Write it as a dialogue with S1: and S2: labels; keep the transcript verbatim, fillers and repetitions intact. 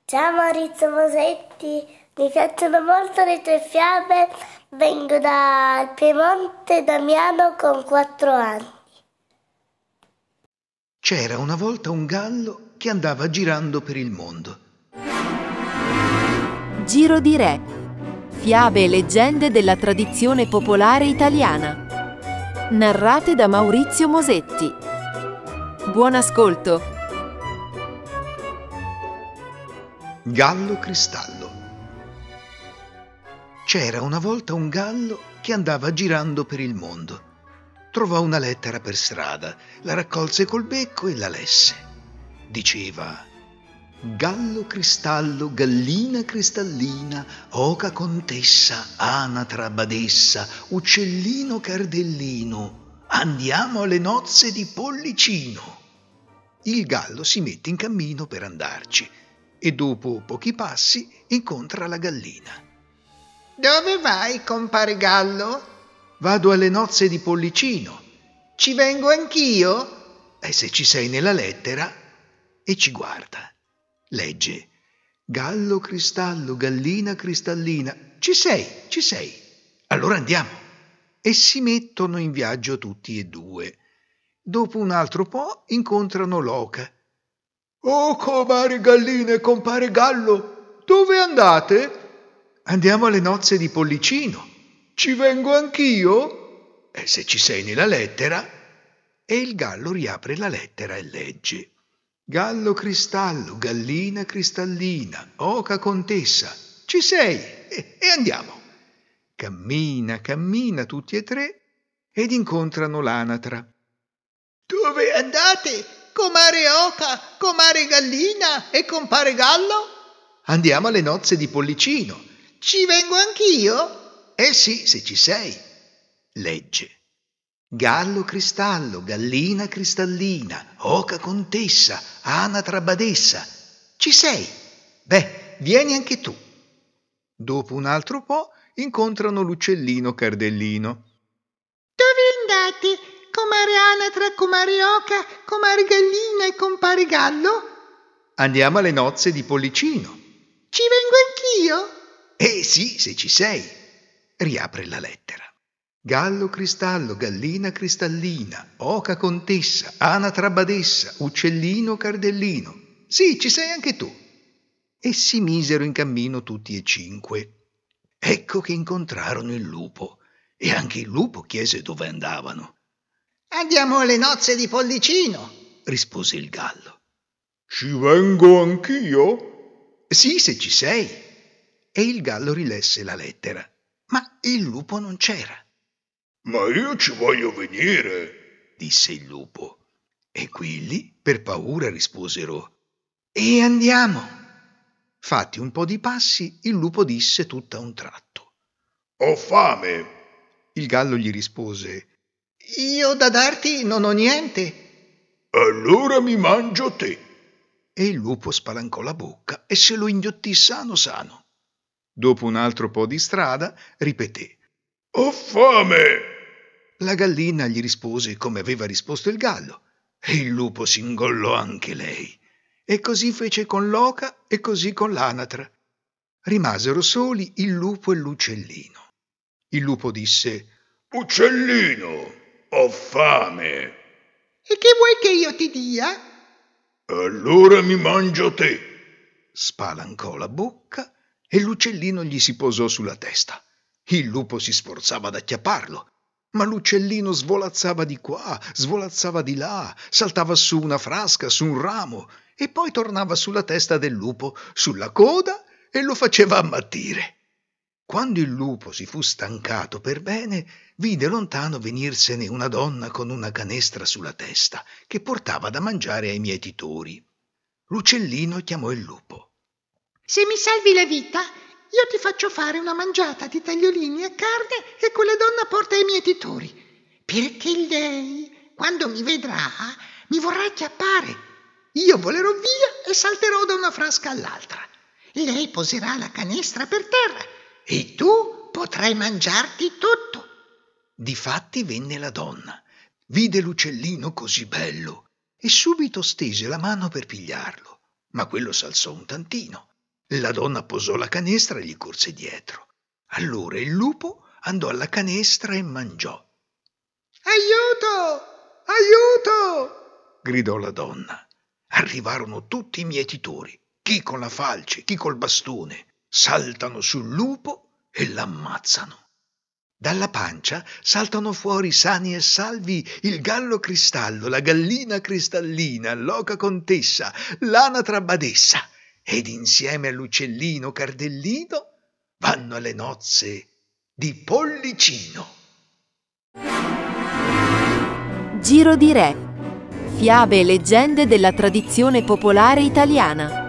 S1: Ciao Maurizio Mosetti, mi piacciono molto le tue fiabe, vengo dal Piemonte, Damiano, con quattro anni.
S2: C'era una volta un gallo che andava girando per il mondo.
S3: Giro di Re. Fiabe e leggende della tradizione popolare italiana. Narrate da Maurizio Mosetti. Buon ascolto!
S2: Gallo Cristallo. C'era una volta un gallo che andava girando per il mondo. Trovò una lettera per strada, la raccolse col becco e la lesse. Diceva: Gallo cristallo, gallina cristallina, oca contessa, anatra badessa, uccellino cardellino, andiamo alle nozze di Pollicino. Il gallo si mette in cammino per andarci e dopo pochi passi incontra la gallina.
S4: Dove vai, compare Gallo?
S2: Vado alle nozze di Pollicino.
S4: Ci vengo anch'io?
S2: E se ci sei nella lettera? E ci guarda. Legge: Gallo cristallo, gallina cristallina. Ci sei, ci sei. Allora andiamo. E si mettono in viaggio tutti e due. Dopo un altro po' incontrano l'oca. Oh, comare gallina e compare Gallo, dove andate? Andiamo alle nozze di Pollicino. Ci vengo anch'io? E se ci sei nella lettera? E il gallo riapre la lettera e legge: Gallo cristallo, gallina cristallina, oca contessa. Ci sei? E, e andiamo. Cammina, cammina tutti e tre ed incontrano l'anatra.
S4: Dove andate? Comare Oca, comare Gallina e compare Gallo?
S2: Andiamo alle nozze di Pollicino.
S4: Ci vengo anch'io?
S2: Eh sì, se ci sei. Legge: Gallo cristallo, gallina cristallina, oca contessa, anatra badessa. Ci sei? Beh, vieni anche tu. Dopo un altro po' incontrano l'uccellino cardellino.
S4: Dove andate? Comare Anatra, comare Oca, comare Gallina e compare Gallo?
S2: Andiamo alle nozze di Pollicino.
S4: Ci vengo anch'io?
S2: Eh sì, se ci sei. Riapre la lettera. Gallo cristallo, gallina cristallina, oca contessa, anatra badessa, uccellino cardellino. Sì, ci sei anche tu. E si misero in cammino tutti e cinque. Ecco che incontrarono il lupo. E anche il lupo chiese dove andavano.
S4: Andiamo alle nozze di Pollicino,
S2: rispose il gallo. Ci vengo anch'io? Sì, se ci sei. E il gallo rilesse la lettera, ma il lupo non c'era. Ma io ci voglio venire, disse il lupo. E quelli, per paura, risposero: E andiamo. Fatti un po' di passi, il lupo disse tutto a un tratto: Ho fame. Il gallo gli rispose:
S4: Io da darti non ho niente.
S2: Allora mi mangio te. E il lupo spalancò la bocca e se lo inghiottì sano sano. Dopo un altro po' di strada ripeté: Ho fame. La gallina gli rispose come aveva risposto il gallo e il lupo si ingollò anche lei. E così fece con l'oca e così con l'anatra. Rimasero soli il lupo e l'uccellino. Il lupo disse: Uccellino, ho fame.
S4: E che vuoi che io ti dia?
S2: Allora mi mangio te. Spalancò la bocca e l'uccellino gli si posò sulla testa. Il lupo si sforzava d'acchiapparlo, ma l'uccellino svolazzava di qua, svolazzava di là, saltava su una frasca, su un ramo e poi tornava sulla testa del lupo, sulla coda e lo faceva ammattire. Quando il lupo si fu stancato per bene, vide lontano venirsene una donna con una canestra sulla testa che portava da mangiare ai mietitori. L'uccellino chiamò il lupo.
S4: Se mi salvi la vita, io ti faccio fare una mangiata di tagliolini e carne che quella donna porta ai mietitori, perché lei, quando mi vedrà, mi vorrà acchiappare. Io volerò via e salterò da una frasca all'altra. Lei poserà la canestra per terra e tu potrai mangiarti tutto.
S2: Difatti venne la donna, vide l'uccellino così bello e subito stese la mano per pigliarlo, ma quello s'alzò un tantino La donna posò la canestra e gli corse dietro. Allora il lupo andò alla canestra e mangiò.
S4: Aiuto! Aiuto!
S2: Gridò la donna. Arrivarono tutti i mietitori, chi con la falce, chi col bastone. Saltano sul lupo e l'ammazzano. Dalla pancia saltano fuori sani e salvi il gallo cristallo, la gallina cristallina, l'oca contessa, l'anatra badessa, ed insieme all'uccellino cardellino vanno alle nozze di Pollicino.
S3: Giro di Re. Fiabe e leggende della tradizione popolare italiana.